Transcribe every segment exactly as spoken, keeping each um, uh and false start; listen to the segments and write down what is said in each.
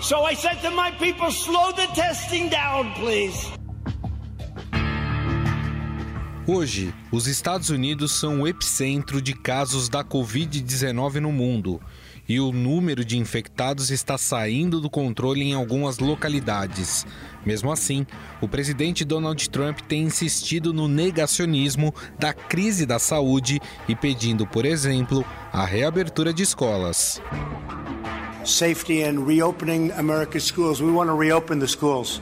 So I said to my people, slow the testing down, please. Hoje, os Estados Unidos são o epicentro de casos da covid dezenove no mundo e o número de infectados está saindo do controle em algumas localidades. Mesmo assim, o presidente Donald Trump tem insistido no negacionismo da crise da saúde e pedindo, por exemplo, a reabertura de escolas. Safety and reopening America's schools. We want to reopen the schools.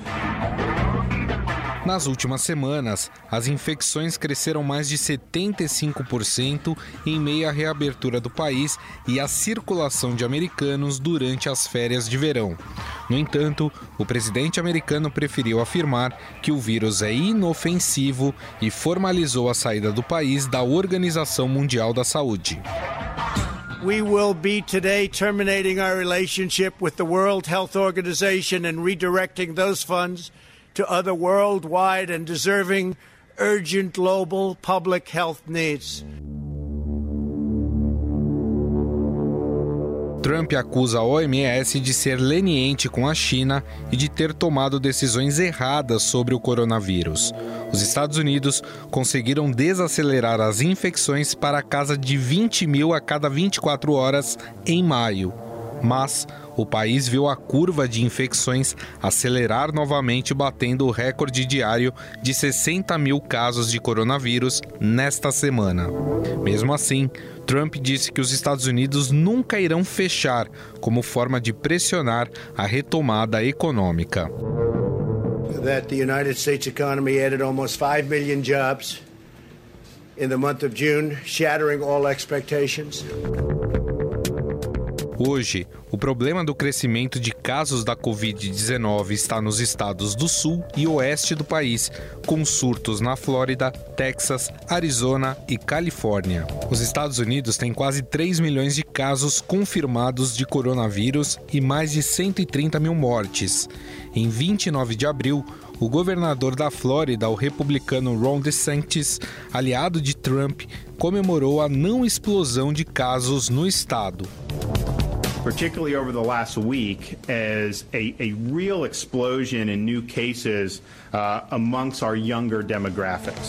Nas últimas semanas, as infecções cresceram mais de setenta e cinco por cento em meio à reabertura do país e à circulação de americanos durante as férias de verão. No entanto, o presidente americano preferiu afirmar que o vírus é inofensivo e formalizou a saída do país da Organização Mundial da Saúde. We will be today terminating our relationship with the World Health Organization and redirecting those funds to other worldwide and deserving urgent global public health needs. Trump acusa a O M S de ser leniente com a China e de ter tomado decisões erradas sobre o coronavírus. Os Estados Unidos conseguiram desacelerar as infecções para a casa de vinte mil a cada vinte e quatro horas em maio. Mas o país viu a curva de infecções acelerar novamente, batendo o recorde diário de sessenta mil casos de coronavírus nesta semana. Mesmo assim, Trump disse que os Estados Unidos nunca irão fechar como forma de pressionar a retomada econômica. That the United States economy added almost five million jobs in the month of June, shattering all expectations. Hoje, o problema do crescimento de casos da covid dezenove está nos estados do sul e oeste do país, com surtos na Flórida, Texas, Arizona e Califórnia. Os Estados Unidos têm quase três milhões de casos confirmados de coronavírus e mais de cento e trinta mil mortes. Em vinte e nove de abril, o governador da Flórida, o republicano Ron DeSantis, aliado de Trump, comemorou a não explosão de casos no estado. Particularly over the last week, as a, a real explosion in new cases uh, amongst our younger demographics.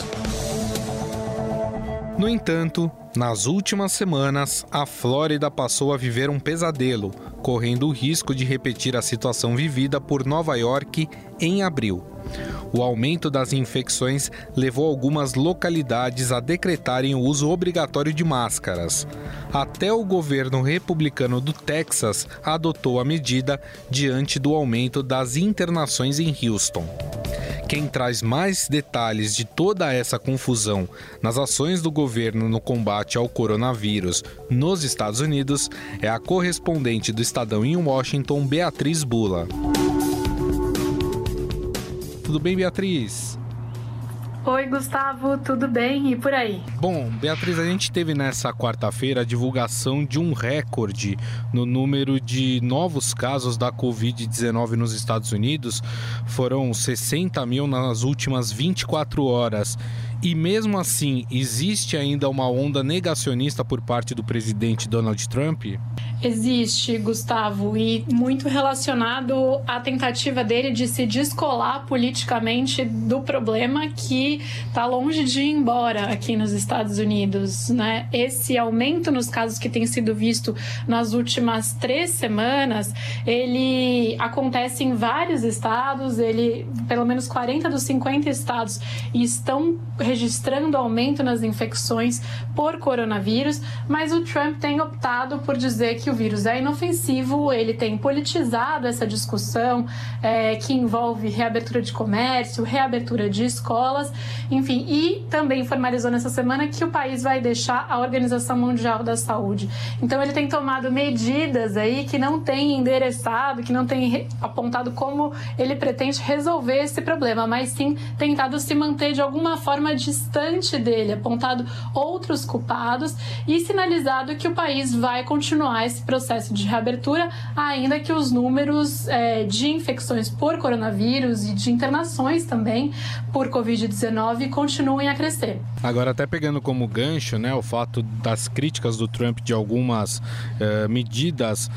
No entanto, nas últimas semanas, a Flórida passou a viver um pesadelo, correndo o risco de repetir a situação vivida por Nova York em abril. O aumento das infecções levou algumas localidades a decretarem o uso obrigatório de máscaras. Até o governo republicano do Texas adotou a medida diante do aumento das internações em Houston. Quem traz mais detalhes de toda essa confusão nas ações do governo no combate ao coronavírus nos Estados Unidos é a correspondente do Estadão em Washington, Beatriz Bula. Tudo bem, Beatriz? Oi, Gustavo, tudo bem? E por aí? Bom, Beatriz, a gente teve nessa quarta-feira a divulgação de um recorde no número de novos casos da covid dezenove nos Estados Unidos. Foram sessenta mil nas últimas vinte e quatro horas. E mesmo assim, existe ainda uma onda negacionista por parte do presidente Donald Trump? Existe, Gustavo, e muito relacionado à tentativa dele de se descolar politicamente do problema que está longe de ir embora aqui nos Estados Unidos, né? Esse aumento nos casos que tem sido visto nas últimas três semanas, ele acontece em vários estados, ele, pelo menos quarenta dos cinquenta estados estão registrando aumento nas infecções por coronavírus, mas o Trump tem optado por dizer que o vírus é inofensivo, ele tem politizado essa discussão é, que envolve reabertura de comércio, reabertura de escolas, enfim, e também formalizou nessa semana que o país vai deixar a Organização Mundial da Saúde. Então ele tem tomado medidas aí que não tem endereçado, que não tem apontado como ele pretende resolver esse problema, mas sim tentado se manter de alguma forma distante dele, apontado outros culpados e sinalizado que o país vai continuar esse esse processo de reabertura, ainda que os números é, de infecções por coronavírus e de internações também por covid dezenove continuem a crescer. Agora, até pegando como gancho, né, o fato das críticas do Trump de algumas eh, medidas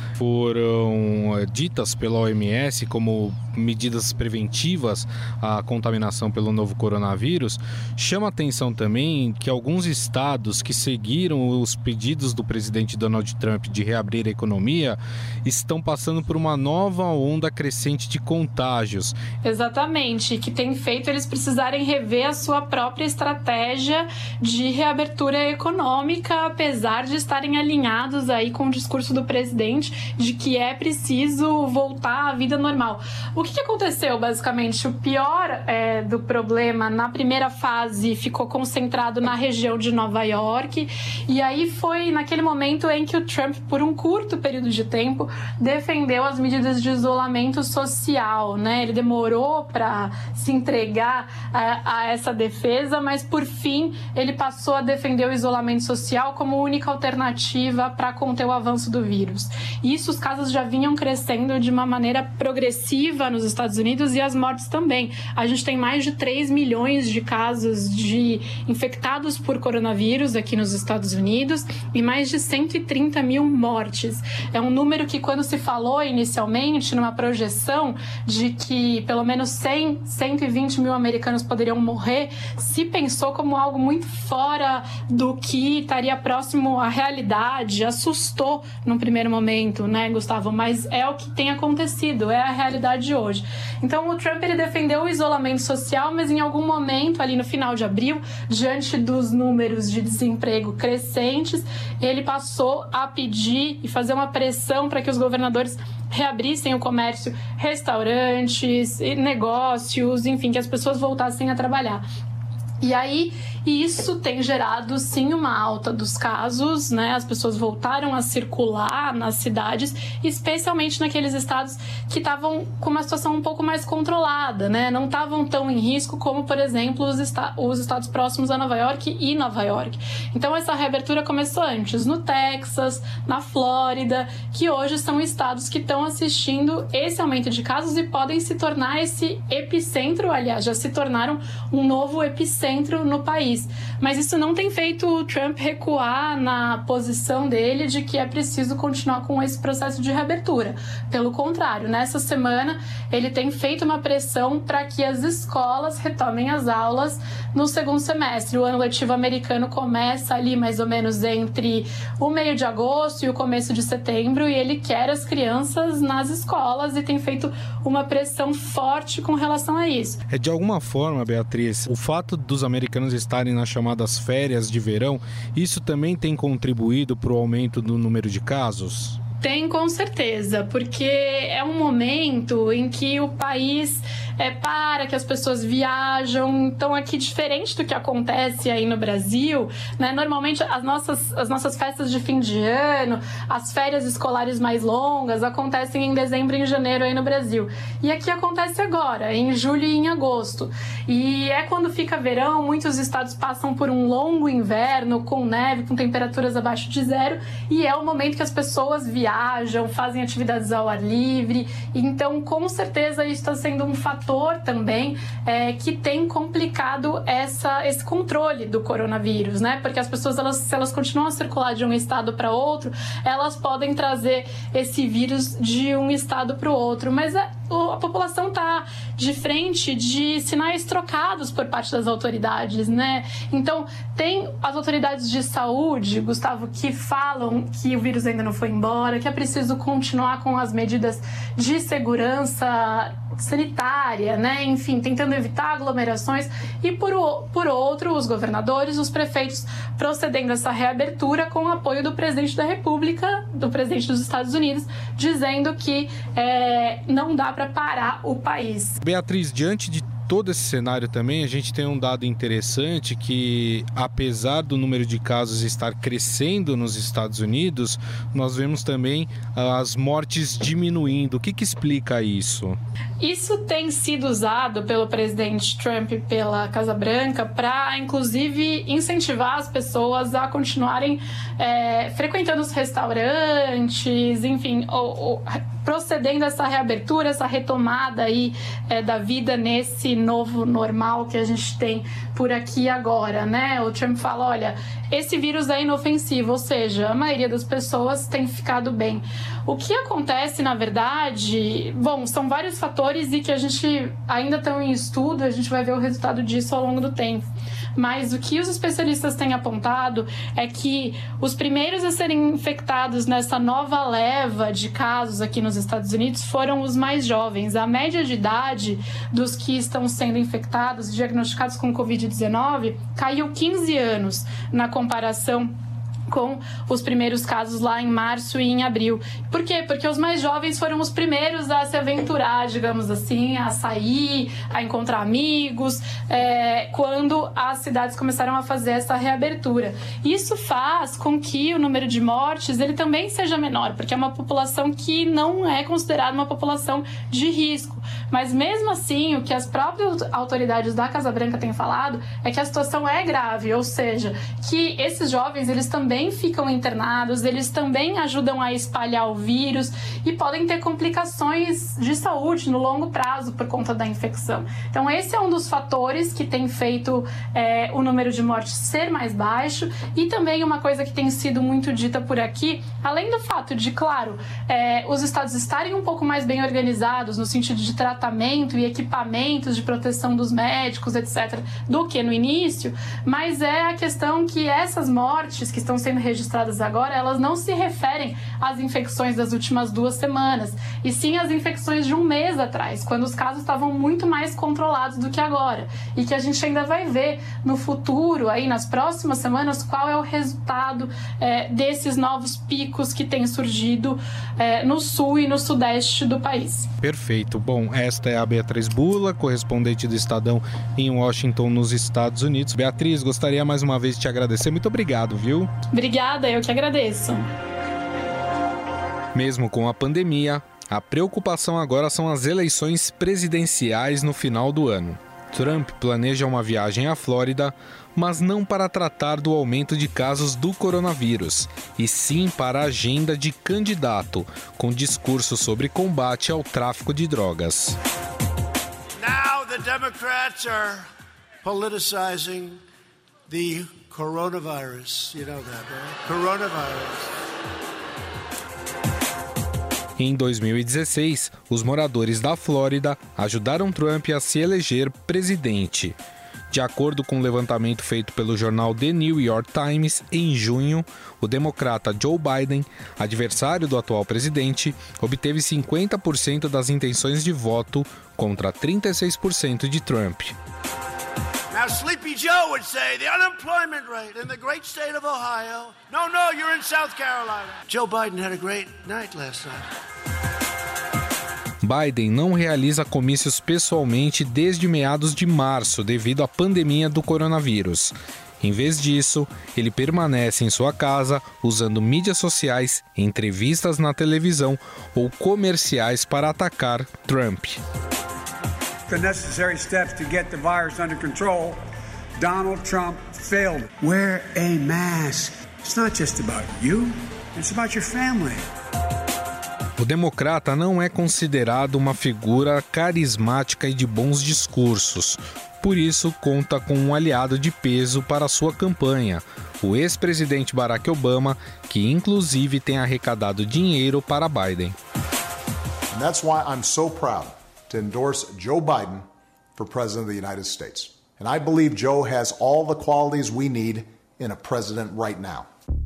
foram eh, ditas pela O M S como medidas preventivas à contaminação pelo novo coronavírus, chama a atenção também que alguns estados que seguiram os pedidos do presidente Donald Trump de reabrir a economia estão passando por uma nova onda crescente de contágios. Exatamente, que tem feito eles precisarem rever a sua própria estratégia de reabertura econômica, apesar de estarem alinhados aí com o discurso do presidente de que é preciso voltar à vida normal. O que, que aconteceu, basicamente? O pior é, do problema, na primeira fase, ficou concentrado na região de Nova York, e aí foi naquele momento em que o Trump, por um curto período de tempo, defendeu as medidas de isolamento social, né? Ele demorou para se entregar a, a essa defesa, mas por fim ele passou a defender o isolamento social como única alternativa para conter o avanço do vírus. E isso, os casos já vinham crescendo de uma maneira progressiva nos Estados Unidos e as mortes também. A gente tem mais de três milhões de casos de infectados por coronavírus aqui nos Estados Unidos e mais de cento e trinta mil mortes. É um número que, quando se falou inicialmente numa projeção de que pelo menos cem, cento e vinte mil americanos poderiam morrer, se pensou como algo muito fora do que estaria próximo à realidade. Assustou num primeiro momento, né, Gustavo? Mas é o que tem acontecido, é a realidade de hoje. Então, o Trump, ele defendeu o isolamento social, mas em algum momento, ali no final de abril, diante dos números de desemprego crescentes, ele passou a pedir e fazer uma pressão para que os governadores reabrissem o comércio, restaurantes, negócios, enfim, que as pessoas voltassem a trabalhar. E aí, isso tem gerado, sim, uma alta dos casos, né? As pessoas voltaram a circular nas cidades, especialmente naqueles estados que estavam com uma situação um pouco mais controlada, né? Não estavam tão em risco como, por exemplo, os, esta- os estados próximos a Nova York e Nova York. Então, essa reabertura começou antes no Texas, na Flórida, que hoje são estados que estão assistindo esse aumento de casos e podem se tornar esse epicentro, aliás, já se tornaram um novo epicentro no país. Mas isso não tem feito o Trump recuar na posição dele de que é preciso continuar com esse processo de reabertura. Pelo contrário, nessa semana ele tem feito uma pressão para que as escolas retomem as aulas no segundo semestre. O ano letivo americano começa ali mais ou menos entre o meio de agosto e o começo de setembro, e ele quer as crianças nas escolas e tem feito uma pressão forte com relação a isso. É, de alguma forma, Beatriz, o fato dos americanos estarem nas chamadas férias de verão, isso também tem contribuído para o aumento do número de casos? Tem, com certeza, porque é um momento em que o país é, para, que as pessoas viajam. Então, aqui, diferente do que acontece aí no Brasil, né, normalmente as nossas, as nossas festas de fim de ano, as férias escolares mais longas, acontecem em dezembro e em janeiro aí no Brasil. E aqui acontece agora, em julho e em agosto. E é quando fica verão, muitos estados passam por um longo inverno, com neve, com temperaturas abaixo de zero, e é o momento que as pessoas viajam, viajam, fazem atividades ao ar livre. Então, com certeza, isso está sendo um fator também é, que tem complicado essa, esse controle do coronavírus, né? Porque as pessoas, elas, se elas continuam a circular de um estado para outro, elas podem trazer esse vírus de um estado para o outro. Mas a, a população está de frente de sinais trocados por parte das autoridades, né? Então, tem as autoridades de saúde, Gustavo, que falam que o vírus ainda não foi embora, que é preciso continuar com as medidas de segurança sanitária, né? Enfim, tentando evitar aglomerações, e por, o, por outro, os governadores, os prefeitos procedendo a essa reabertura com o apoio do presidente da República, do presidente dos Estados Unidos, dizendo que é, não dá para parar o país. Beatriz, diante de todo esse cenário também, a gente tem um dado interessante que, apesar do número de casos estar crescendo nos Estados Unidos, nós vemos também as mortes diminuindo. O que que explica isso? Isso tem sido usado pelo presidente Trump e pela Casa Branca para, inclusive, incentivar as pessoas a continuarem é, frequentando os restaurantes, enfim, ou, ou, procedendo a essa reabertura, essa retomada aí é, da vida nesse novo normal que a gente tem por aqui agora, né? O Trump fala, olha, esse vírus é inofensivo, ou seja, a maioria das pessoas tem ficado bem. O que acontece, na verdade, bom, são vários fatores e que a gente ainda está em estudo, a gente vai ver o resultado disso ao longo do tempo. Mas o que os especialistas têm apontado é que os primeiros a serem infectados nessa nova leva de casos aqui nos Estados Unidos foram os mais jovens. A média de idade dos que estão sendo infectados, diagnosticados com covid dezenove, caiu quinze anos na comparação com os primeiros casos lá em março e em abril. Por quê? Porque os mais jovens foram os primeiros a se aventurar, digamos assim, a sair, a encontrar amigos, é, quando as cidades começaram a fazer essa reabertura. Isso faz com que o número de mortes ele também seja menor, porque é uma população que não é considerada uma população de risco. Mas mesmo assim, o que as próprias autoridades da Casa Branca têm falado é que a situação é grave, ou seja, que esses jovens, eles também ficam internados, eles também ajudam a espalhar o vírus e podem ter complicações de saúde no longo prazo por conta da infecção. Então esse é um dos fatores que tem feito é, o número de mortes ser mais baixo. E também uma coisa que tem sido muito dita por aqui, além do fato de, claro, é, os estados estarem um pouco mais bem organizados no sentido de tratamento e equipamentos de proteção dos médicos, etcétera, do que no início, mas é a questão que essas mortes que estão sendo registradas agora, elas não se referem às infecções das últimas duas semanas, e sim às infecções de um mês atrás, quando os casos estavam muito mais controlados do que agora, e que a gente ainda vai ver no futuro, aí nas próximas semanas, qual é o resultado é, desses novos picos que têm surgido é, no sul e no sudeste do país. Perfeito. Bom, esta é a Beatriz Bula, correspondente do Estadão em Washington, nos Estados Unidos. Beatriz, gostaria mais uma vez de te agradecer. Muito obrigado, viu? Obrigada, eu que agradeço. Mesmo com a pandemia, a preocupação agora são as eleições presidenciais no final do ano. Trump planeja uma viagem à Flórida, mas não para tratar do aumento de casos do coronavírus, e sim para a agenda de candidato, com discurso sobre combate ao tráfico de drogas. Now the Democrats are politicizing the coronavirus. You know that, right? Coronavirus. Em dois mil e dezesseis, os moradores da Flórida ajudaram Trump a se eleger presidente. De acordo com um levantamento feito pelo jornal The New York Times, em junho, o democrata Joe Biden, adversário do atual presidente, obteve cinquenta por cento das intenções de voto contra trinta e seis por cento de Trump. Now, Sleepy Joe would say the unemployment rate in the great state of Ohio. No, no, you're in South Carolina. Joe Biden had a great night last night. Biden não realiza comícios pessoalmente desde meados de março devido à pandemia do coronavírus. Em vez disso, ele permanece em sua casa usando mídias sociais, entrevistas na televisão ou comerciais para atacar Trump. The necessary steps to get the virus under control, Donald Trump failed. Wear a mask. It's not just about you, it's about your family. O democrata não é considerado uma figura carismática e de bons discursos. Por isso, conta com um aliado de peso para sua campanha, o ex-presidente Barack Obama, que inclusive tem arrecadado dinheiro para Biden. And that's why I'm so proud to endorse Joe Biden for President of the United States. And I believe Joe has all the qualities we need in a president right now.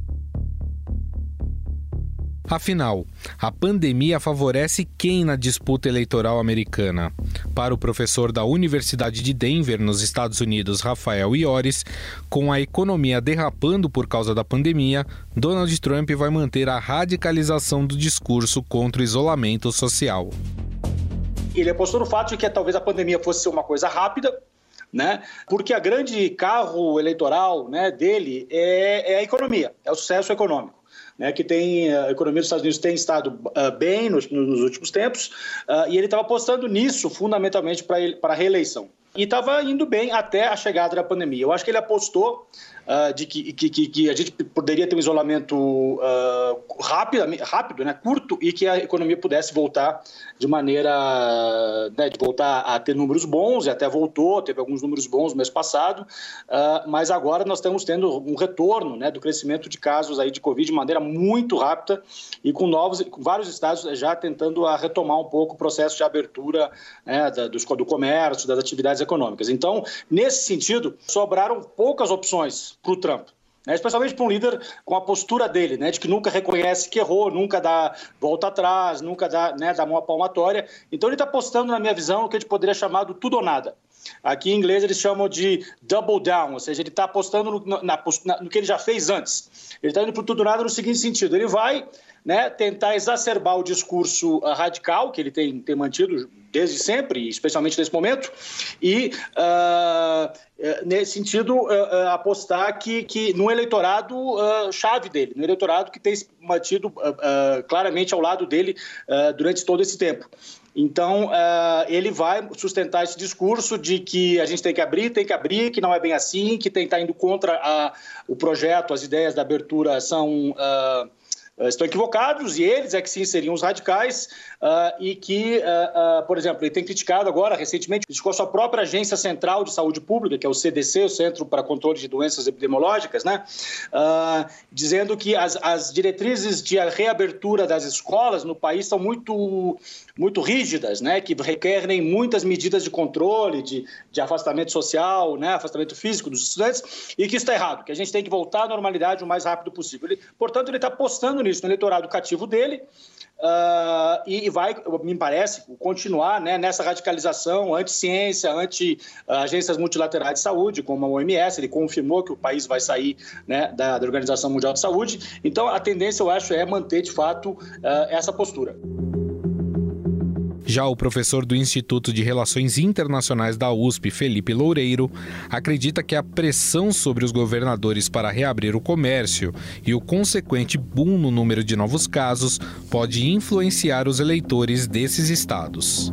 Afinal, a pandemia favorece quem na disputa eleitoral americana? Para o professor da Universidade de Denver, nos Estados Unidos, Rafael Iores, com a economia derrapando por causa da pandemia, Donald Trump vai manter a radicalização do discurso contra o isolamento social. Ele apostou no fato de que talvez a pandemia fosse ser uma coisa rápida, né? Porque a grande carro eleitoral, né, dele é, é a economia, é o sucesso econômico. Né, que tem, a economia dos Estados Unidos tem estado uh, bem nos, nos últimos tempos, uh, e ele estava apostando nisso fundamentalmente para a reeleição. E estava indo bem até a chegada da pandemia. Eu acho que ele apostou uh, de que, que, que a gente poderia ter um isolamento uh, rápido, rápido, né, curto, e que a economia pudesse voltar de maneira, né, de voltar a ter números bons, e até voltou, teve alguns números bons no mês passado, uh, mas agora nós estamos tendo um retorno, né, do crescimento de casos aí de Covid de maneira muito rápida e com novos, com vários estados já tentando a retomar um pouco o processo de abertura, né, da, do, do comércio, das atividades econômicas. Então, nesse sentido, sobraram poucas opções para o Trump. Né, especialmente para um líder com a postura dele, né, de que nunca reconhece que errou, nunca dá volta atrás, nunca dá, né, dá uma palmatória. Então ele está apostando, na minha visão, no que a gente poderia chamar de tudo ou nada. Aqui em inglês eles chamam de double down, ou seja, ele está apostando no, na, na, no que ele já fez antes. Ele está indo para o tudo ou nada no seguinte sentido, ele vai, né, tentar exacerbar o discurso uh, radical que ele tem, tem mantido desde sempre, especialmente nesse momento, e, uh, nesse sentido, uh, uh, apostar que, que no eleitorado uh, chave dele, no eleitorado que tem mantido uh, uh, claramente ao lado dele uh, durante todo esse tempo. Então, uh, ele vai sustentar esse discurso de que a gente tem que abrir, tem que abrir, que não é bem assim, que tem que estar indo contra a, o projeto, as ideias da abertura são... Uh, estão equivocados, e eles é que sim seriam os radicais, uh, e que, uh, uh, por exemplo, ele tem criticado agora, recentemente, criticou a sua própria Agência Central de Saúde Pública, que é o C D C, o Centro para Controle de Doenças Epidemiológicas, né? Uh, dizendo que as, as diretrizes de reabertura das escolas no país são muito, muito rígidas, né? Que requerem muitas medidas de controle, de, de afastamento social, né? Afastamento físico dos estudantes, e que isso está errado, que a gente tem que voltar à normalidade o mais rápido possível. Ele, portanto, ele está apostando nisso, no eleitorado cativo dele, uh, e, e vai, me parece, continuar, né, nessa radicalização anti-ciência, anti-agências multilaterais de saúde, como a O M S. Ele confirmou que o país vai sair, né, da, da Organização Mundial de Saúde. Então, a tendência, eu acho, é manter, de fato, uh, essa postura. Já o professor do Instituto de Relações Internacionais da U S P, Felipe Loureiro, acredita que a pressão sobre os governadores para reabrir o comércio e o consequente boom no número de novos casos pode influenciar os eleitores desses estados.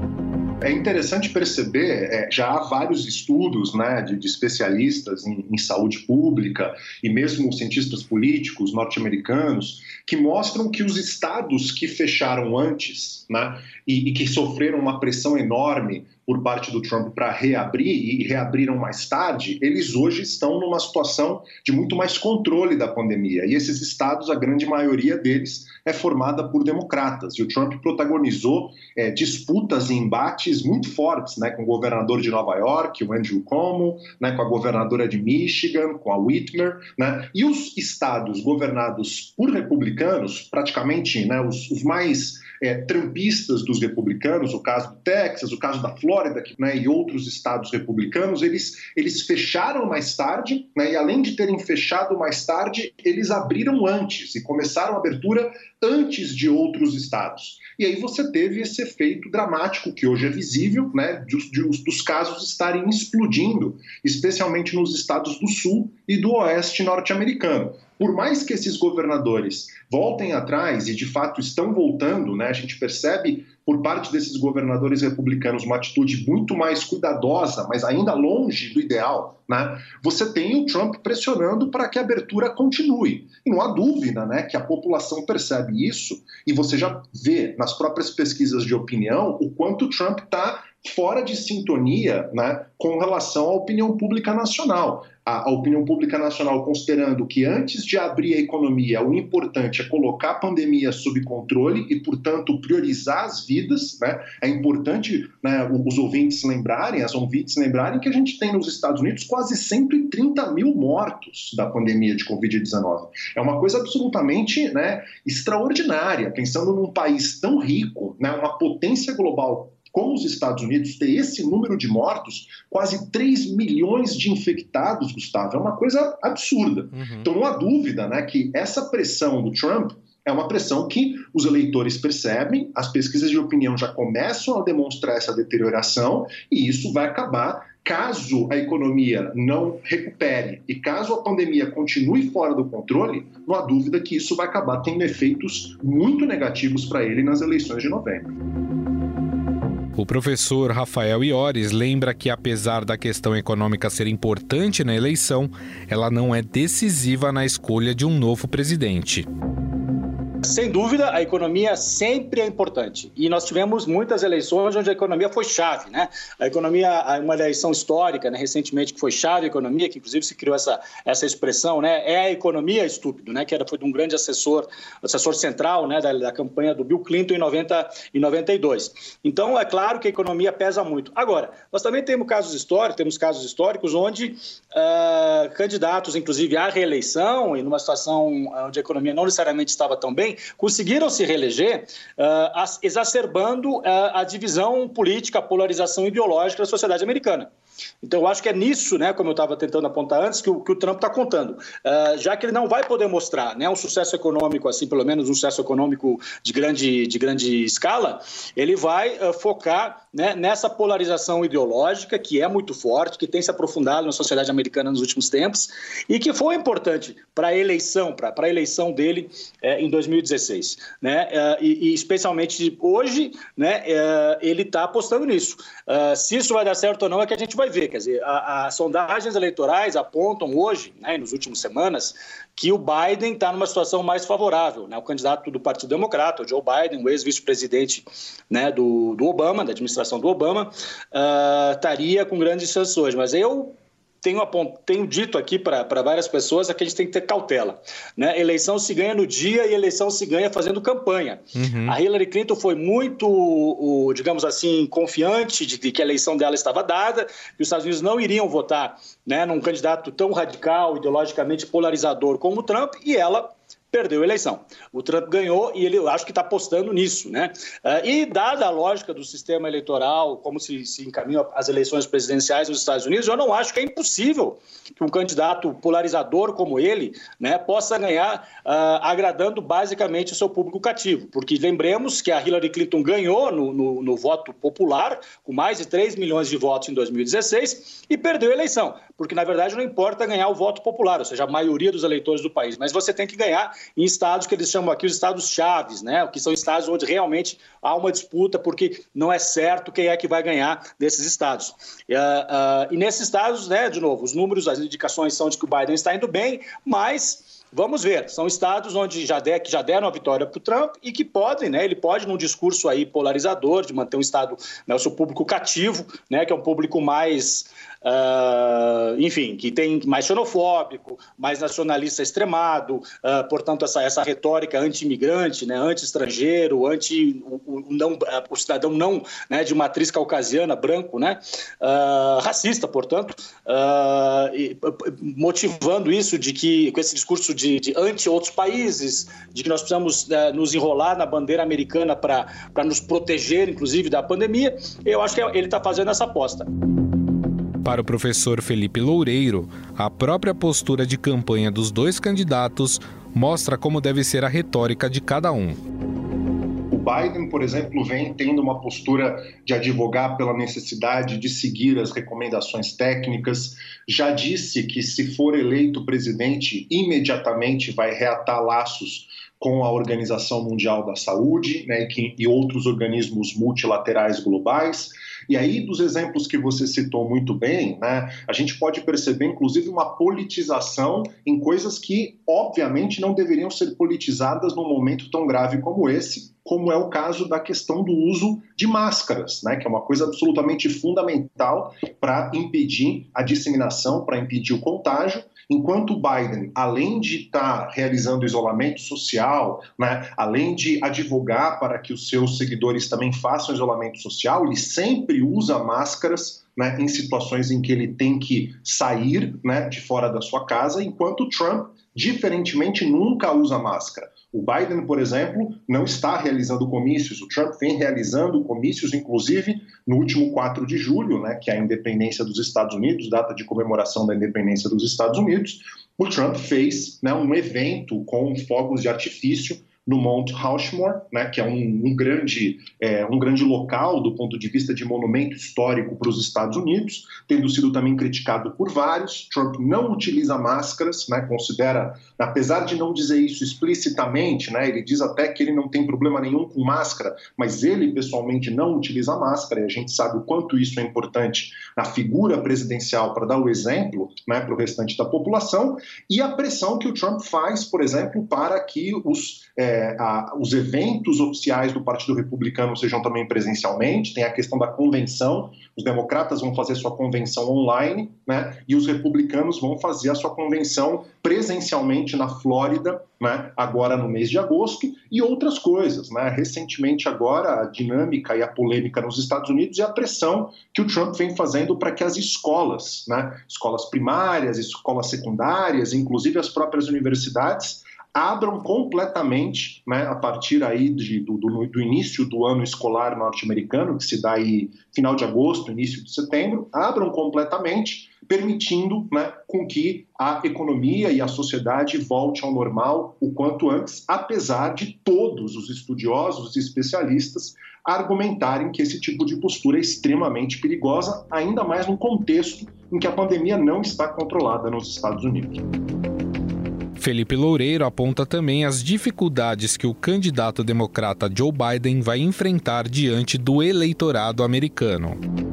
É interessante perceber, é, já há vários estudos, né, de, de especialistas em, em saúde pública e mesmo cientistas políticos norte-americanos que mostram que os estados que fecharam antes, né, e, e que sofreram uma pressão enorme por parte do Trump para reabrir e reabriram mais tarde, eles hoje estão numa situação de muito mais controle da pandemia. E esses estados, a grande maioria deles, é formada por democratas. E o Trump protagonizou é, disputas e embates muito fortes, né, com o governador de Nova York, o Andrew Cuomo, né, com a governadora de Michigan, com a Whitmer, né, e os estados governados por republicanos, praticamente, né, os, os mais é, trumpistas dos republicanos, o caso do Texas, o caso da Flórida, né, e outros estados republicanos, eles, eles fecharam mais tarde, né, e além de terem fechado mais tarde, eles abriram antes e começaram a abertura antes de outros estados. E aí você teve esse efeito dramático que hoje é visível, né, de, de, dos casos estarem explodindo, especialmente nos estados do sul e do oeste norte-americano. Por mais que esses governadores voltem atrás, e de fato estão voltando, né, a gente percebe por parte desses governadores republicanos uma atitude muito mais cuidadosa, mas ainda longe do ideal, né, você tem o Trump pressionando para que a abertura continue. E não há dúvida, né, que a população percebe isso, e você já vê nas próprias pesquisas de opinião o quanto o Trump está fora de sintonia, né, com relação à opinião pública nacional. A, a opinião pública nacional considerando que antes de abrir a economia, o importante é colocar a pandemia sob controle e, portanto, priorizar as vidas, né? É importante, né, os ouvintes lembrarem, as ouvintes lembrarem que a gente tem nos Estados Unidos quase cento e trinta mil mortos da pandemia de covid dezenove. É uma coisa absolutamente, né, extraordinária, pensando num país tão rico, né, uma potência global como os Estados Unidos, ter esse número de mortos, quase três milhões de infectados, Gustavo, é uma coisa absurda. Uhum. Então não há dúvida, né, que essa pressão do Trump É uma pressão que os eleitores percebem, as pesquisas de opinião já começam a demonstrar essa deterioração e isso vai acabar, caso a economia não recupere e caso a pandemia continue fora do controle, não há dúvida que isso vai acabar tendo efeitos muito negativos para ele nas eleições de novembro. O professor Rafael Iores lembra que, apesar da questão econômica ser importante na eleição, ela não é decisiva na escolha de um novo presidente. Sem dúvida, a economia sempre é importante. E nós tivemos muitas eleições onde a economia foi chave, né? A economia, uma eleição histórica, né, recentemente, que foi chave a economia, que inclusive se criou essa, essa expressão, né? É a economia estúpido, né? Que era, foi de um grande assessor, assessor central, né, da, da campanha do Bill Clinton em, noventa, em noventa e dois. Então, é claro que a economia pesa muito. Agora, nós também temos casos históricos, temos casos históricos onde uh, candidatos, inclusive à reeleição, e numa situação onde a economia não necessariamente estava tão bem, conseguiram se reeleger uh, exacerbando uh, a divisão política, a polarização ideológica da sociedade americana. Então, eu acho que é nisso, né, como eu estava tentando apontar antes, que o, que o Trump está contando. Uh, já que ele não vai poder mostrar, né, um sucesso econômico, assim, pelo menos um sucesso econômico de grande, de grande escala, ele vai uh, focar, né, nessa polarização ideológica que é muito forte, que tem se aprofundado na sociedade americana nos últimos tempos e que foi importante para a eleição, para a eleição dele eh, em dois mil e dezesseis. Né? Uh, e, e especialmente hoje, né, uh, ele está apostando nisso. Uh, se isso vai dar certo ou não é que a gente vai ver. Quer dizer, as sondagens eleitorais apontam hoje, né, e nas últimas semanas, que o Biden está numa situação mais favorável, né? O candidato do Partido Democrata, o Joe Biden, o ex-vice-presidente, né, do, do Obama, da administração do Obama, uh, estaria com grandes chances. Mas eu tenho, tenho dito aqui para várias pessoas que a gente tem que ter cautela. Né? Eleição se ganha no dia e eleição se ganha fazendo campanha. Uhum. A Hillary Clinton foi muito, o, digamos assim, confiante de, de que a eleição dela estava dada, que os Estados Unidos não iriam votar, né, num candidato tão radical, ideologicamente polarizador como o Trump, e ela perdeu a eleição. O Trump ganhou e ele, eu acho que está apostando nisso, né? Uh, e dada a lógica do sistema eleitoral, como se, se encaminham as eleições presidenciais nos Estados Unidos, eu não acho que é impossível que um candidato polarizador como ele, né, possa ganhar uh, agradando basicamente o seu público cativo. Porque lembremos que a Hillary Clinton ganhou no, no, no voto popular, com mais de três milhões de votos em dois mil e dezesseis, e perdeu a eleição. Porque, na verdade, não importa ganhar o voto popular, ou seja, a maioria dos eleitores do país, mas você tem que ganhar em estados que eles chamam aqui os estados chaves, né? Que são estados onde realmente há uma disputa, porque não é certo quem é que vai ganhar desses estados. Uh, uh, e nesses estados, né, de novo, os números, as indicações são de que o Biden está indo bem, mas vamos ver, são estados onde já der, que já deram a vitória para o Trump e que podem, né, ele pode, num discurso aí polarizador, de manter um estado, né, o seu público cativo, né, que é um público mais, uh, enfim, que tem mais xenofóbico, mais nacionalista extremado, uh, portanto, essa, essa retórica anti-imigrante, né, anti-estrangeiro, anti, o, o, não, uh, o cidadão não, né, de matriz caucasiana, branco, né, uh, racista, portanto, uh, e, motivando isso de que, com esse discurso de, de anti-outros países, de que nós precisamos uh, nos enrolar na bandeira americana para nos proteger, inclusive, da pandemia, eu acho que ele está fazendo essa aposta. Para o professor Felipe Loureiro, a própria postura de campanha dos dois candidatos mostra como deve ser a retórica de cada um. O Biden, por exemplo, vem tendo uma postura de advogar pela necessidade de seguir as recomendações técnicas. Já disse que, se for eleito presidente, imediatamente vai reatar laços com a Organização Mundial da Saúde, né, e, que, e outros organismos multilaterais globais. E aí, dos exemplos que você citou muito bem, né, a gente pode perceber, inclusive, uma politização em coisas que, obviamente, não deveriam ser politizadas num momento tão grave como esse, como é o caso da questão do uso de máscaras, né, que é uma coisa absolutamente fundamental para impedir a disseminação, para impedir o contágio. Enquanto o Biden, além de estar realizando isolamento social, né, além de advogar para que os seus seguidores também façam isolamento social, ele sempre usa máscaras, né, em situações em que ele tem que sair, né, de fora da sua casa, enquanto o Trump, diferentemente, nunca usa máscara. O Biden, por exemplo, não está realizando comícios. O Trump vem realizando comícios, inclusive, no último quatro de julho, né, que é a independência dos Estados Unidos, data de comemoração da independência dos Estados Unidos. O Trump fez, né, um evento com fogos de artifício no Mount Rushmore, né, que é um, um, grande, é, um grande local do ponto de vista de monumento histórico para os Estados Unidos, tendo sido também criticado por vários. Trump não utiliza máscaras, né, considera, apesar de não dizer isso explicitamente, né, ele diz até que ele não tem problema nenhum com máscara, mas ele pessoalmente não utiliza máscara, e a gente sabe o quanto isso é importante na figura presidencial para dar o exemplo, né, para o restante da população, e a pressão que o Trump faz, por exemplo, para que os, é, a, os eventos oficiais do Partido Republicano sejam também presencialmente. Tem a questão da convenção, os democratas vão fazer sua convenção online, né, e os republicanos vão fazer a sua convenção presencialmente na Flórida, né, agora no mês de agosto, e outras coisas, né? Recentemente agora a dinâmica e a polêmica nos Estados Unidos e a pressão que o Trump vem fazendo para que as escolas, né, escolas primárias, escolas secundárias, inclusive as próprias universidades, abram completamente, né, a partir aí de, do, do, do início do ano escolar norte-americano, que se dá aí final de agosto, início de setembro, abram completamente, permitindo, né, com que a economia e a sociedade volte ao normal o quanto antes, apesar de todos os estudiosos e especialistas argumentarem que esse tipo de postura é extremamente perigosa, ainda mais no contexto em que a pandemia não está controlada nos Estados Unidos. Felipe Loureiro aponta também as dificuldades que o candidato democrata Joe Biden vai enfrentar diante do eleitorado americano.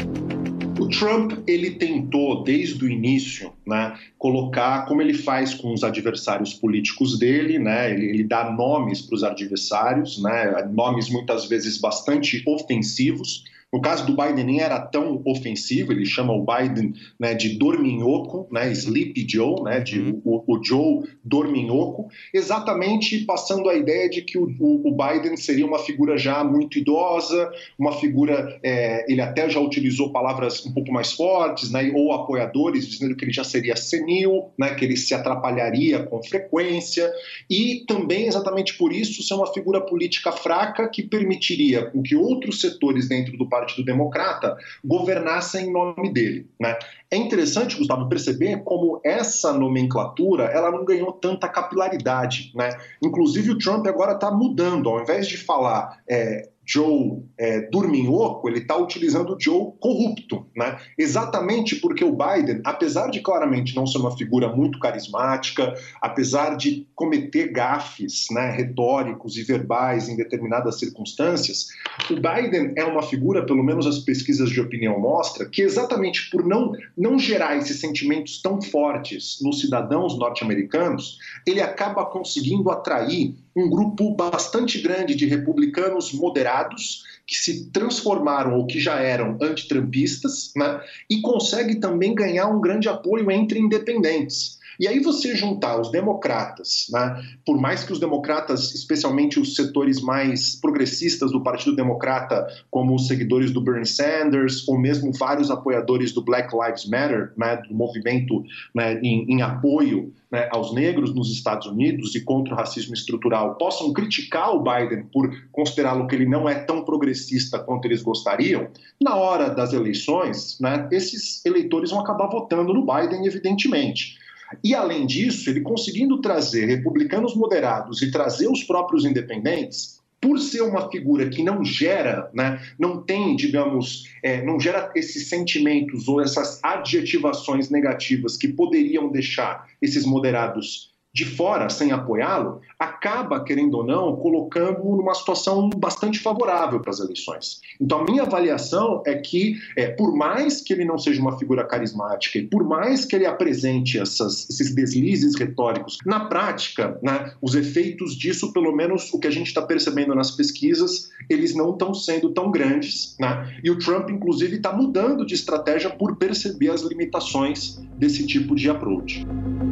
O Trump, ele tentou, desde o início, né, colocar, como ele faz com os adversários políticos dele, né, ele, ele dá nomes para os adversários, né, nomes muitas vezes bastante ofensivos. No caso do Biden nem era tão ofensivo, ele chama o Biden, né, de dorminhoco, né, Sleepy Joe, né, de, o, o Joe dorminhoco, exatamente passando a ideia de que o, o, o Biden seria uma figura já muito idosa, uma figura, é, ele até já utilizou palavras um pouco mais fortes, né, ou apoiadores, dizendo que ele já seria senil, né, que ele se atrapalharia com frequência, e também exatamente por isso ser uma figura política fraca que permitiria com que outros setores dentro do Partido Democrata governassem em nome dele, né? É interessante, Gustavo, perceber como essa nomenclatura ela não ganhou tanta capilaridade, né? Inclusive o Trump agora está mudando, ao invés de falar é, Joe é, dorminhoco, ele está utilizando o Joe corrupto, né? Exatamente porque o Biden, apesar de claramente não ser uma figura muito carismática, apesar de cometer gafes, né, retóricos e verbais em determinadas circunstâncias, o Biden é uma figura, pelo menos as pesquisas de opinião mostram, que exatamente por não, não gerar esses sentimentos tão fortes nos cidadãos norte-americanos, ele acaba conseguindo atrair um grupo bastante grande de republicanos moderados que se transformaram ou que já eram antitrampistas, né, e consegue também ganhar um grande apoio entre independentes. E aí você juntar os democratas, né, por mais que os democratas, especialmente os setores mais progressistas do Partido Democrata, como os seguidores do Bernie Sanders, ou mesmo vários apoiadores do Black Lives Matter, né, do movimento, né, em, em apoio, né, aos negros nos Estados Unidos e contra o racismo estrutural, possam criticar o Biden por considerá-lo que ele não é tão progressista quanto eles gostariam, na hora das eleições, né, esses eleitores vão acabar votando no Biden, evidentemente. E, além disso, ele conseguindo trazer republicanos moderados e trazer os próprios independentes, por ser uma figura que não gera, né, não tem, digamos, é, não gera esses sentimentos ou essas adjetivações negativas que poderiam deixar esses moderados de fora, sem apoiá-lo, acaba, querendo ou não, colocando numa situação bastante favorável para as eleições. Então, a minha avaliação é que, é, por mais que ele não seja uma figura carismática e por mais que ele apresente essas, esses deslizes retóricos, na prática, né, os efeitos disso, pelo menos o que a gente está percebendo nas pesquisas, eles não estão sendo tão grandes, né? E o Trump, inclusive, está mudando de estratégia por perceber as limitações desse tipo de approach.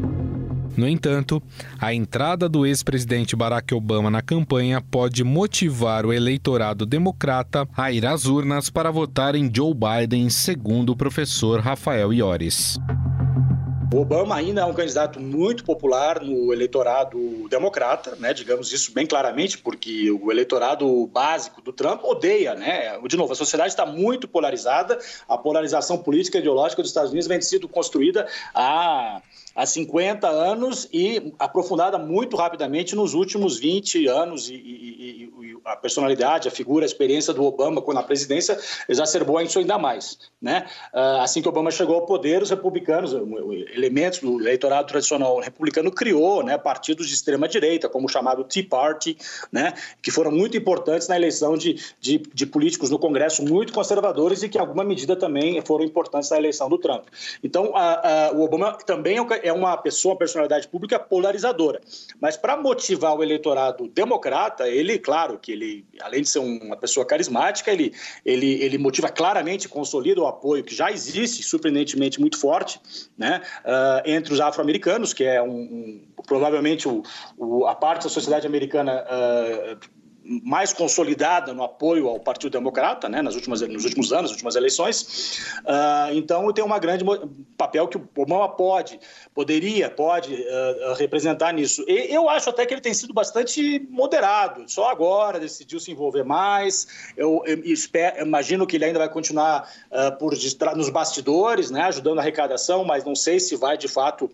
No entanto, a entrada do ex-presidente Barack Obama na campanha pode motivar o eleitorado democrata a ir às urnas para votar em Joe Biden, segundo o professor Rafael Iores. O Obama ainda é um candidato muito popular no eleitorado democrata, né, digamos isso bem claramente, porque o eleitorado básico do Trump odeia, né? De novo, a sociedade está muito polarizada, a polarização política e ideológica dos Estados Unidos vem sido construída há... há cinquenta anos e aprofundada muito rapidamente nos últimos vinte anos e, e, e a personalidade, a figura, a experiência do Obama na presidência exacerbou isso ainda mais, né? Assim que Obama chegou ao poder, os republicanos, elementos do eleitorado tradicional republicano criou, né, partidos de extrema direita, como o chamado Tea Party, né, que foram muito importantes na eleição de, de, de políticos no Congresso muito conservadores e que em alguma medida também foram importantes na eleição do Trump. Então, a, a, o Obama também é um é uma pessoa, uma personalidade pública polarizadora. Mas para motivar o eleitorado democrata, ele, claro, que ele, além de ser uma pessoa carismática, ele, ele, ele motiva claramente, consolida o apoio que já existe, surpreendentemente muito forte, né, uh, entre os afro-americanos, que é um, um, provavelmente o, o, a parte da sociedade americana uh, mais consolidada no apoio ao Partido Democrata, né, nas últimas, nos últimos anos, nas últimas eleições. Uh, então, tem um grande papel que o Obama pode, poderia, pode uh, representar nisso. E eu acho até que ele tem sido bastante moderado. Só agora decidiu se envolver mais. Eu, eu espero, imagino que ele ainda vai continuar uh, por, nos bastidores, né, ajudando a arrecadação, mas não sei se vai, de fato,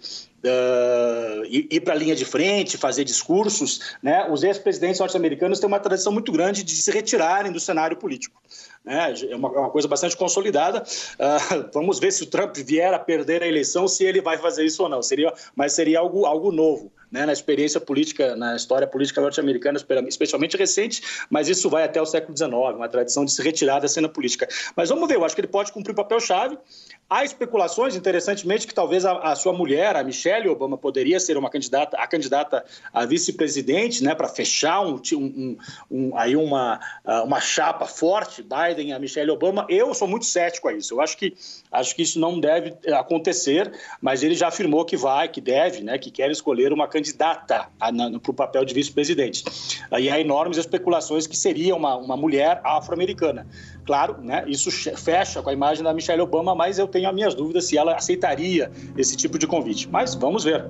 Uh, ir, ir para a linha de frente, fazer discursos, né? Os ex-presidentes norte-americanos têm uma tradição muito grande de se retirarem do cenário político, né? É uma, uma coisa bastante consolidada. Uh, vamos ver se o Trump vier a perder a eleição, se ele vai fazer isso ou não. Seria, mas seria algo, algo novo, né, na experiência política, na história política norte-americana, especialmente recente, mas isso vai até o século dezenove, uma tradição de se retirar da cena política. Mas vamos ver, eu acho que ele pode cumprir um papel-chave. Há especulações, interessantemente, que talvez a, a sua mulher, a Michelle Obama, poderia ser uma candidata, a candidata a vice-presidente, né, para fechar um, um, um, aí uma, uma chapa forte, Biden e a Michelle Obama. Eu sou muito cético a isso. Eu acho que, acho que isso não deve acontecer, mas ele já afirmou que vai, que deve, né, que quer escolher uma candidata para o papel de vice-presidente. Aí há enormes especulações que seria uma, uma mulher afro-americana. Claro, né, isso fecha com a imagem da Michelle Obama, mas eu tenho as minhas dúvidas se ela aceitaria esse tipo de convite. Mas vamos ver.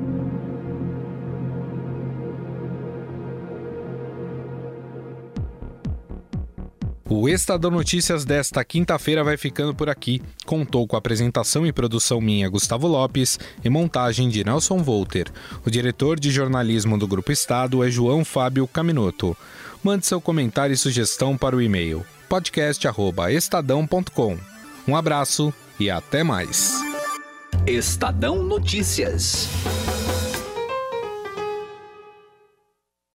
O Estadão Notícias desta quinta-feira vai ficando por aqui. Contou com a apresentação e produção minha, Gustavo Lopes, e montagem de Nelson Volter. O diretor de jornalismo do Grupo Estado é João Fábio Caminoto. Mande seu comentário e sugestão para o e-mail podcast arroba estadão ponto com. Um abraço e até mais. Estadão Notícias.